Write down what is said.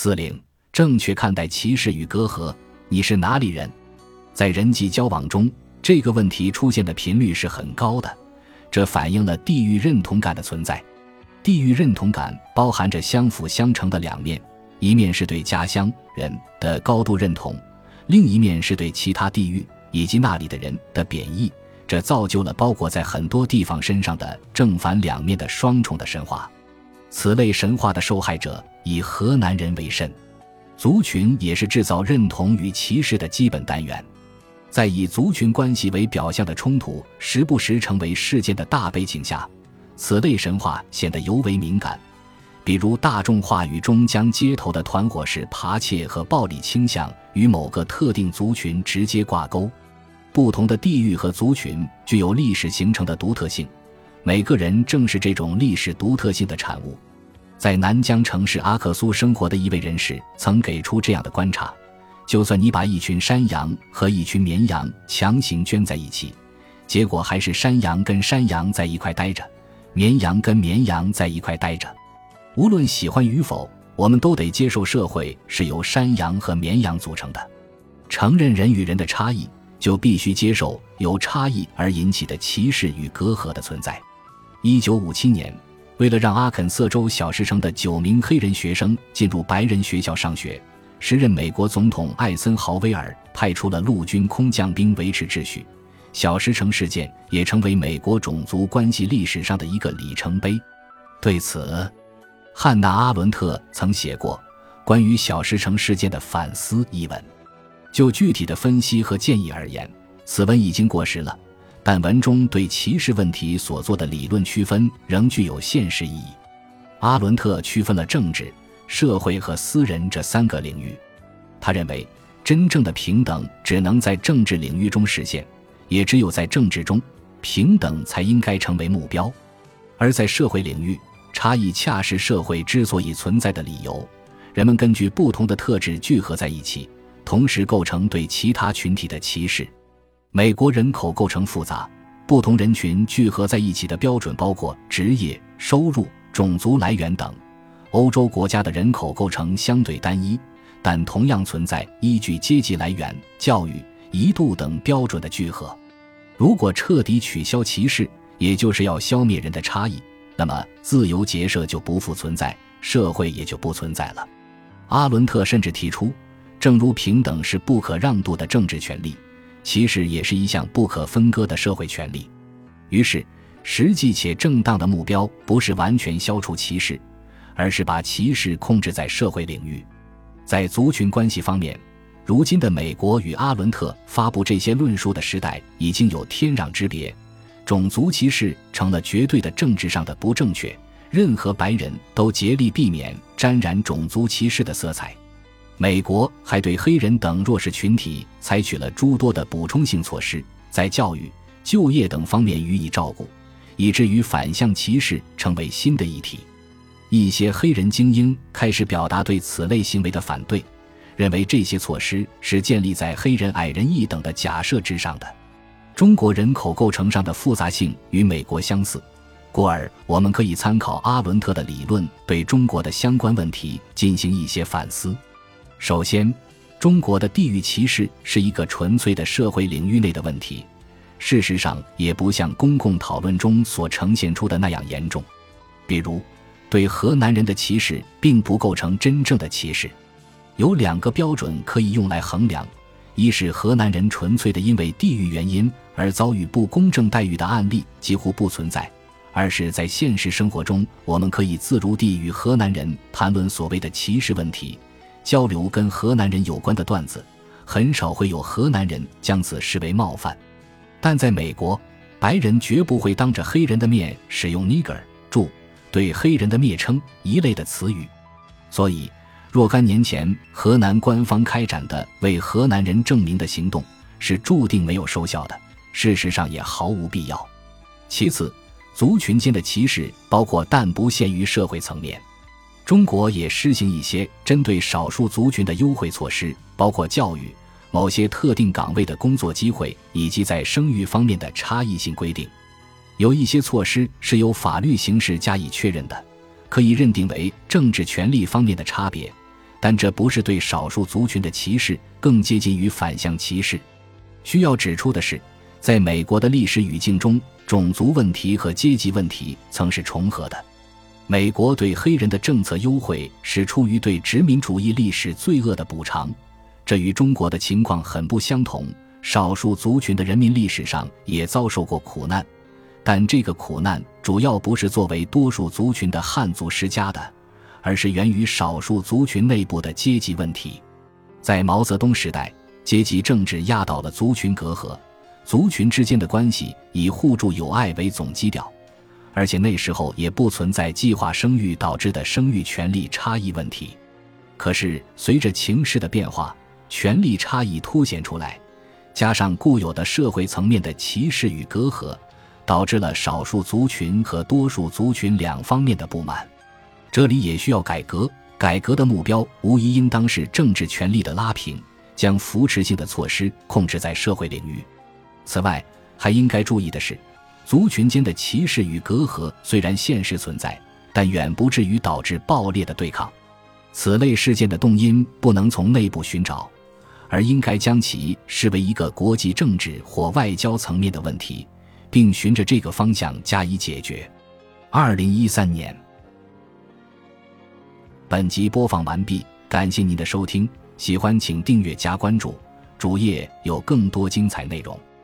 4.0正确看待歧视与隔阂。你是哪里人？在人际交往中，这个问题出现的频率是很高的，这反映了地域认同感的存在。地域认同感包含着相辅相成的两面，一面是对家乡人的高度认同，另一面是对其他地域以及那里的人的贬义，这造就了包裹在很多地方身上的正反两面的双重的神话。此类神话的受害者以河南人为甚，族群也是制造认同与歧视的基本单元。在以族群关系为表象的冲突时不时成为事件的大背景下，此类神话显得尤为敏感。比如大众话语中将街头的团伙式扒窃和暴力倾向与某个特定族群直接挂钩。不同的地域和族群具有历史形成的独特性，每个人正是这种历史独特性的产物。在南疆城市阿克苏生活的一位人士曾给出这样的观察：就算你把一群山羊和一群绵羊强行圈在一起，结果还是山羊跟山羊在一块待着，绵羊跟绵羊在一块待着。无论喜欢与否，我们都得接受社会是由山羊和绵羊组成的。承认人与人的差异，就必须接受由差异而引起的歧视与隔阂的存在。1957年，为了让阿肯色州小石城的9名黑人学生进入白人学校上学，时任美国总统艾森豪威尔派出了陆军空降兵维持秩序。小石城事件也成为美国种族关系历史上的一个里程碑。对此，汉娜·阿伦特曾写过关于小石城事件的反思一文。就具体的分析和建议而言，此文已经过时了，但文中对歧视问题所做的理论区分仍具有现实意义。阿伦特区分了政治、社会和私人这3个领域。他认为，真正的平等只能在政治领域中实现，也只有在政治中，平等才应该成为目标。而在社会领域，差异恰是社会之所以存在的理由。人们根据不同的特质聚合在一起，同时构成对其他群体的歧视。美国人口构成复杂，不同人群聚合在一起的标准包括职业、收入、种族来源等。欧洲国家的人口构成相对单一，但同样存在依据阶级来源、教育、仪度等标准的聚合。如果彻底取消歧视，也就是要消灭人的差异，那么自由结社就不复存在，社会也就不存在了。阿伦特甚至提出，正如平等是不可让渡的政治权利，歧视也是一项不可分割的社会权利。于是，实际且正当的目标不是完全消除歧视，而是把歧视控制在社会领域。在族群关系方面，如今的美国与阿伦特发布这些论述的时代已经有天壤之别。种族歧视成了绝对的政治上的不正确，任何白人都竭力避免沾染种族歧视的色彩。美国还对黑人等弱势群体采取了诸多的补充性措施，在教育、就业等方面予以照顾，以至于反向歧视成为新的议题。一些黑人精英开始表达对此类行为的反对，认为这些措施是建立在黑人矮人一等的假设之上的。中国人口构成上的复杂性与美国相似，故而我们可以参考阿伦特的理论，对中国的相关问题进行一些反思。首先，中国的地域歧视是一个纯粹的社会领域内的问题，事实上也不像公共讨论中所呈现出的那样严重。比如，对河南人的歧视并不构成真正的歧视。有2个标准可以用来衡量，一是河南人纯粹的因为地域原因而遭遇不公正待遇的案例几乎不存在，二是在现实生活中，我们可以自如地与河南人谈论所谓的歧视问题，交流跟河南人有关的段子，很少会有河南人将此视为冒犯。但在美国，白人绝不会当着黑人的面使用 nigger 注对黑人的蔑称一类的词语。所以若干年前河南官方开展的为河南人证明的行动是注定没有收效的，事实上也毫无必要。其次，族群间的歧视包括但不限于社会层面。中国也施行一些针对少数族群的优惠措施，包括教育、某些特定岗位的工作机会以及在生育方面的差异性规定。有一些措施是由法律形式加以确认的，可以认定为政治权利方面的差别， 但这不是对少数族群的歧视，更接近于反向歧视。需要指出的是，在美国的历史语境中，种族问题和阶级问题曾是重合的。美国对黑人的政策优惠是出于对殖民主义历史罪恶的补偿，这与中国的情况很不相同。少数族群的人民历史上也遭受过苦难，但这个苦难主要不是作为多数族群的汉族施加的，而是源于少数族群内部的阶级问题。在毛泽东时代，阶级政治压倒了族群隔阂，族群之间的关系以互助友爱为总基调，而且那时候也不存在计划生育导致的生育权利差异问题。可是随着情势的变化，权利差异凸显出来，加上固有的社会层面的歧视与隔阂，导致了少数族群和多数族群两方面的不满。这里也需要改革，改革的目标无疑应当是政治权力的拉平，将扶持性的措施控制在社会领域。此外，还应该注意的是，族群间的歧视与隔阂虽然现实存在，但远不至于导致爆裂的对抗。此类事件的动因不能从内部寻找，而应该将其视为一个国际政治或外交层面的问题，并循着这个方向加以解决。2013年。本集播放完毕，感谢您的收听，喜欢请订阅加关注，主页有更多精彩内容。